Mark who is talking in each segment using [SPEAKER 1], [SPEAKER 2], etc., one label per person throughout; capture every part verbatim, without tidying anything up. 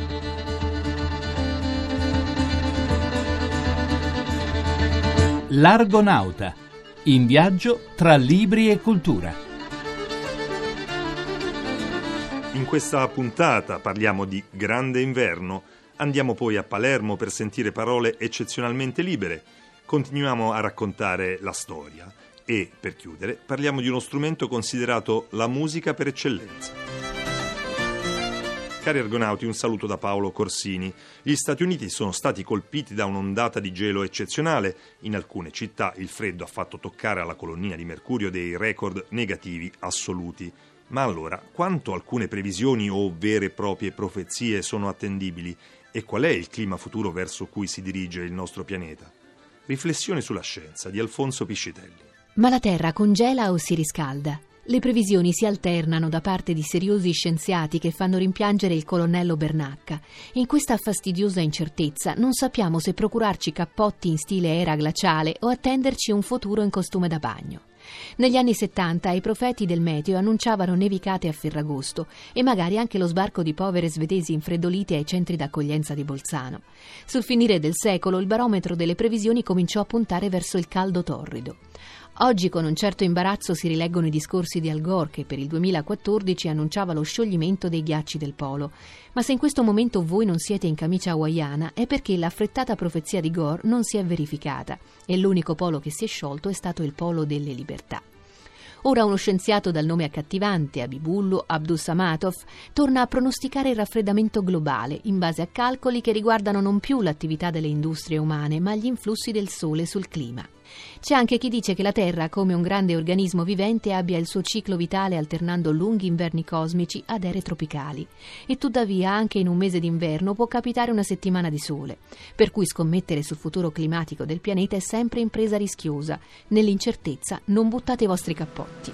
[SPEAKER 1] L'Argonauta, in viaggio tra libri e cultura.
[SPEAKER 2] In questa puntata parliamo di Grande Inverno, andiamo poi a Palermo per sentire parole eccezionalmente libere, continuiamo a raccontare la storia e, per chiudere, parliamo di uno strumento considerato la musica per eccellenza. Cari argonauti, un saluto da Paolo Corsini. Gli Stati Uniti sono stati colpiti da un'ondata di gelo eccezionale. In alcune città il freddo ha fatto toccare alla colonnina di mercurio dei record negativi assoluti. Ma allora, quanto alcune previsioni o vere e proprie profezie sono attendibili? E qual è il clima futuro verso cui si dirige il nostro pianeta? Riflessioni sulla scienza di Alfonso Piscitelli.
[SPEAKER 3] Ma la Terra congela o si riscalda? Le previsioni si alternano da parte di seriosi scienziati che fanno rimpiangere il colonnello Bernacca. In questa fastidiosa incertezza non sappiamo se procurarci cappotti in stile era glaciale o attenderci un futuro in costume da bagno. Negli anni settanta i profeti del meteo annunciavano nevicate a Ferragosto e magari anche lo sbarco di povere svedesi infreddolite ai centri d'accoglienza di Bolzano. Sul finire del secolo il barometro delle previsioni cominciò a puntare verso il caldo torrido. Oggi con un certo imbarazzo si rileggono i discorsi di Al Gore che per il duemilaquattordici annunciava lo scioglimento dei ghiacci del polo. Ma se in questo momento voi non siete in camicia hawaiana è perché l'affrettata profezia di Gore non si è verificata e l'unico polo che si è sciolto è stato il polo delle libertà. Ora uno scienziato dal nome accattivante, Habibullo Abdus-Samatov, torna a pronosticare il raffreddamento globale in base a calcoli che riguardano non più l'attività delle industrie umane, ma gli influssi del Sole sul clima. C'è anche chi dice che la Terra, come un grande organismo vivente, abbia il suo ciclo vitale alternando lunghi inverni cosmici ad ere tropicali. E tuttavia anche in un mese d'inverno può capitare una settimana di sole. Per cui scommettere sul futuro climatico del pianeta è sempre impresa rischiosa. Nell'incertezza non buttate i vostri cappotti.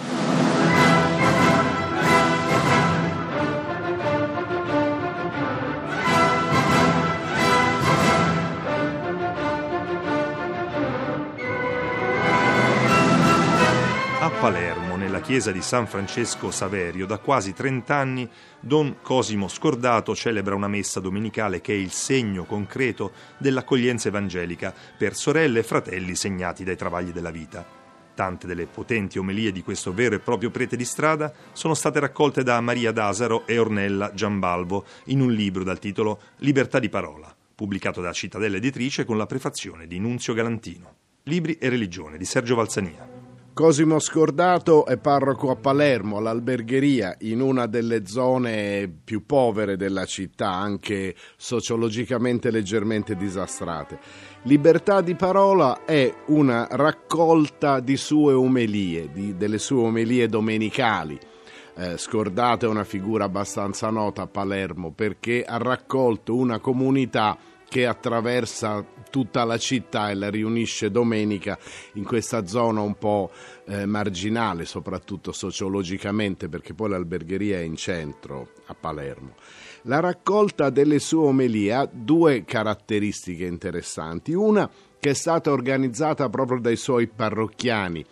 [SPEAKER 2] A Palermo, nella chiesa di San Francesco Saverio, da quasi trent'anni, Don Cosimo Scordato celebra una messa domenicale che è il segno concreto dell'accoglienza evangelica per sorelle e fratelli segnati dai travagli della vita. Tante delle potenti omelie di questo vero e proprio prete di strada sono state raccolte da Maria D'Asaro e Ornella Giambalvo in un libro dal titolo Libertà di parola, pubblicato da Cittadella Editrice con la prefazione di Nunzio Galantino. Libri e religione di Sergio Valsania.
[SPEAKER 4] Cosimo Scordato è parroco a Palermo, all'Albergheria, in una delle zone più povere della città, anche sociologicamente leggermente disastrate. Libertà di parola è una raccolta di sue omelie, di, delle sue omelie domenicali. Eh, Scordato è una figura abbastanza nota a Palermo perché ha raccolto una comunità che attraversa tutta la città e la riunisce domenica in questa zona un po' eh, marginale, soprattutto sociologicamente, perché poi l'Albergheria è in centro a Palermo. La raccolta delle sue omelie ha due caratteristiche interessanti. Una che è stata organizzata proprio dai suoi parrocchiani.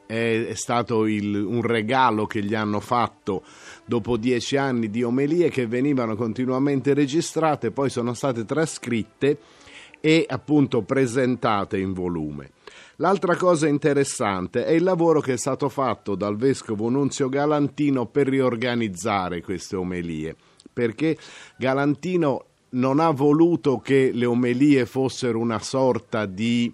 [SPEAKER 4] È stato il, un regalo che gli hanno fatto dopo dieci anni di omelie che venivano continuamente registrate, poi sono state trascritte e appunto presentate in volume. L'altra cosa interessante è il lavoro che è stato fatto dal vescovo Nunzio Galantino per riorganizzare queste omelie, perché Galantino non ha voluto che le omelie fossero una sorta di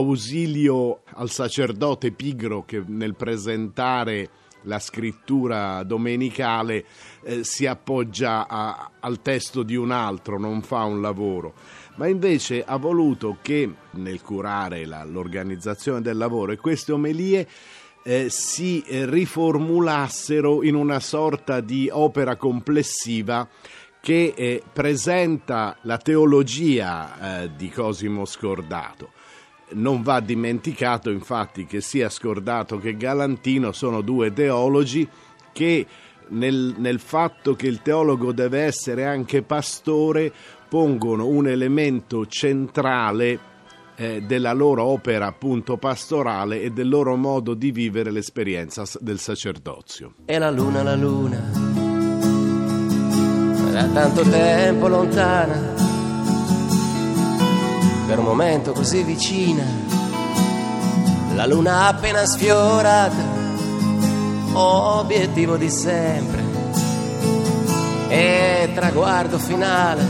[SPEAKER 4] ausilio al sacerdote pigro che nel presentare la scrittura domenicale eh, si appoggia a, al testo di un altro, non fa un lavoro, ma invece ha voluto che nel curare la, l'organizzazione del lavoro e queste omelie eh, si eh, riformulassero in una sorta di opera complessiva che eh, presenta la teologia eh, di Cosimo Scordato. Non va dimenticato infatti che sia Scordato che Galantino sono due teologi che nel, nel fatto che il teologo deve essere anche pastore pongono un elemento centrale eh, della loro opera appunto pastorale e del loro modo di vivere l'esperienza del sacerdozio.
[SPEAKER 5] E la luna, la luna, la tanto tempo lontana, per un momento così vicina, la luna appena sfiorata, obiettivo di sempre e traguardo finale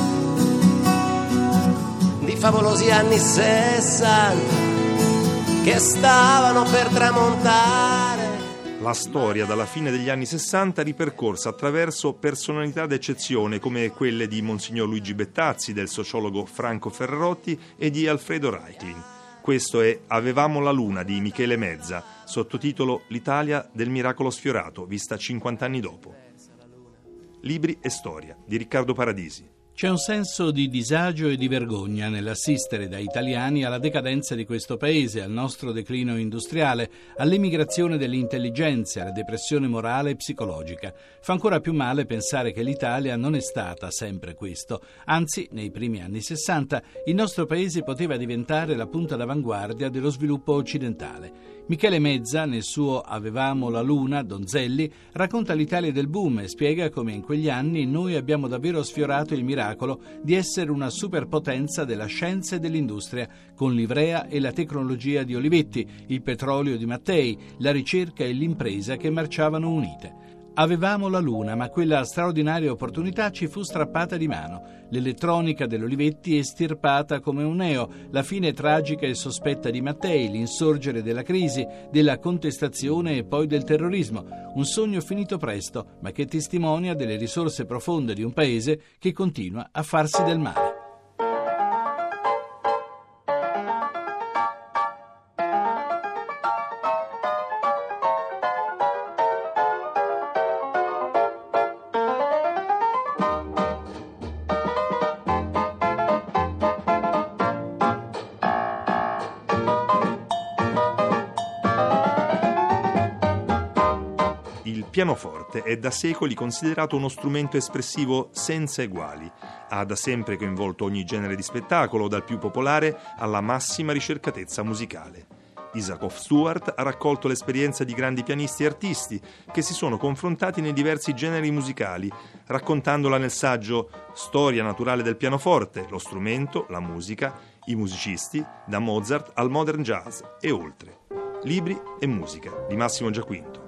[SPEAKER 5] di favolosi anni sessanta che stavano per tramontare.
[SPEAKER 2] La storia dalla fine degli anni sessanta ripercorsa attraverso personalità d'eccezione come quelle di Monsignor Luigi Bettazzi, del sociologo Franco Ferrarotti e di Alfredo Reichling. Questo è Avevamo la luna di Michele Mezza, sottotitolo L'Italia del miracolo sfiorato, vista cinquanta anni dopo. Libri e storia di Riccardo Paradisi.
[SPEAKER 1] C'è un senso di disagio e di vergogna nell'assistere da italiani alla decadenza di questo paese, al nostro declino industriale, all'emigrazione delle intelligenze, alla depressione morale e psicologica. Fa ancora più male pensare che l'Italia non è stata sempre questo. Anzi, nei primi anni sessanta, il nostro paese poteva diventare la punta d'avanguardia dello sviluppo occidentale. Michele Mezza, nel suo Avevamo la luna, Donzelli, racconta l'Italia del boom e spiega come in quegli anni noi abbiamo davvero sfiorato il miracolo di essere una superpotenza della scienza e dell'industria, con l'Ivrea e la tecnologia di Olivetti, il petrolio di Mattei, la ricerca e l'impresa che marciavano unite. Avevamo la luna, ma quella straordinaria opportunità ci fu strappata di mano. L'elettronica dell'Olivetti estirpata come un neo, la fine tragica e sospetta di Mattei, l'insorgere della crisi, della contestazione e poi del terrorismo. Un sogno finito presto, ma che testimonia delle risorse profonde di un paese che continua a farsi del male.
[SPEAKER 2] Il pianoforte è da secoli considerato uno strumento espressivo senza eguali. Ha da sempre coinvolto ogni genere di spettacolo, dal più popolare alla massima ricercatezza musicale. Isaac Stewart ha raccolto l'esperienza di grandi pianisti e artisti che si sono confrontati nei diversi generi musicali, raccontandola nel saggio Storia naturale del pianoforte, lo strumento, la musica, i musicisti, da Mozart al modern jazz e oltre. Libri e musica di Massimo Giaquinto.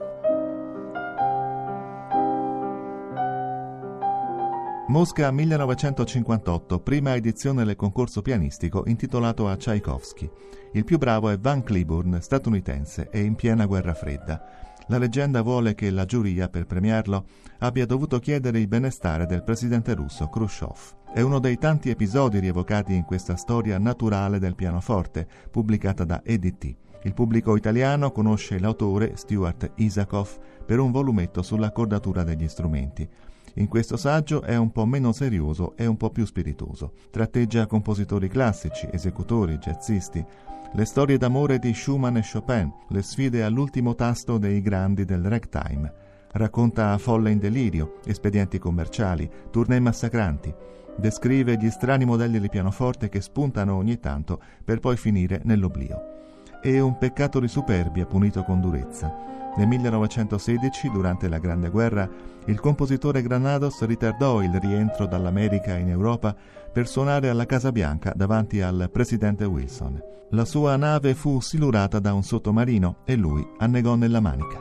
[SPEAKER 6] Mosca millenovecentocinquantotto, prima edizione del concorso pianistico intitolato a Tchaikovsky. Il più bravo è Van Cliburn, statunitense, e in piena guerra fredda. La leggenda vuole che la giuria, per premiarlo, abbia dovuto chiedere il benestare del presidente russo Khrushchev. È uno dei tanti episodi rievocati in questa storia naturale del pianoforte, pubblicata da E D T. Il pubblico italiano conosce l'autore, Stuart Isakov, per un volumetto sull'accordatura degli strumenti. In questo saggio è un po' meno serioso e un po' più spiritoso. Tratteggia compositori classici, esecutori, jazzisti, le storie d'amore di Schumann e Chopin, le sfide all'ultimo tasto dei grandi del ragtime. Racconta folle in delirio, espedienti commerciali, tournée massacranti. Descrive gli strani modelli di pianoforte che spuntano ogni tanto per poi finire nell'oblio. È un peccato di superbia punito con durezza. Nel millenovecentosedici, durante la Grande Guerra, il compositore Granados ritardò il rientro dall'America in Europa per suonare alla Casa Bianca davanti al presidente Wilson. La sua nave fu silurata da un sottomarino e lui annegò nella manica.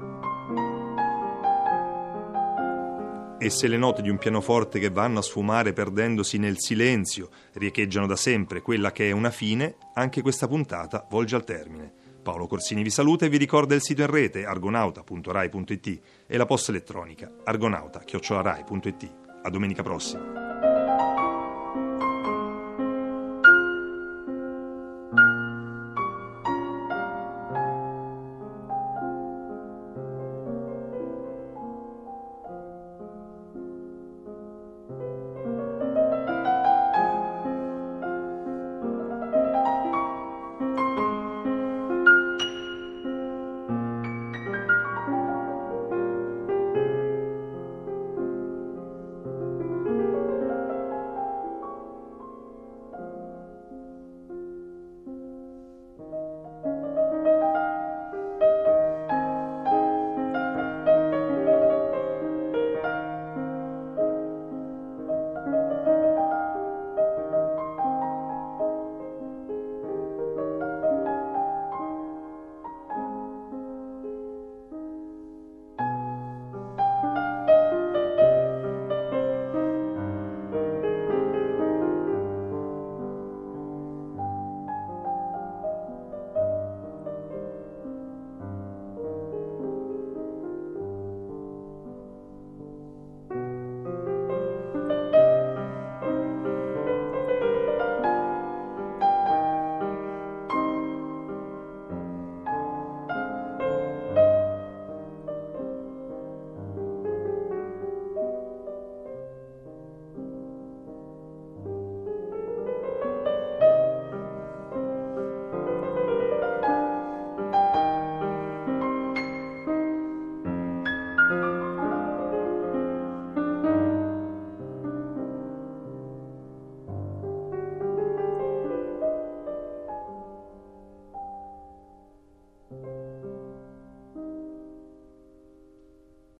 [SPEAKER 2] E se le note di un pianoforte che vanno a sfumare perdendosi nel silenzio riecheggiano da sempre quella che è una fine, anche questa puntata volge al termine. Paolo Corsini vi saluta e vi ricorda il sito in rete argonauta punto rai punto it e la posta elettronica argonauta chiocciola rai punto it. A domenica prossima.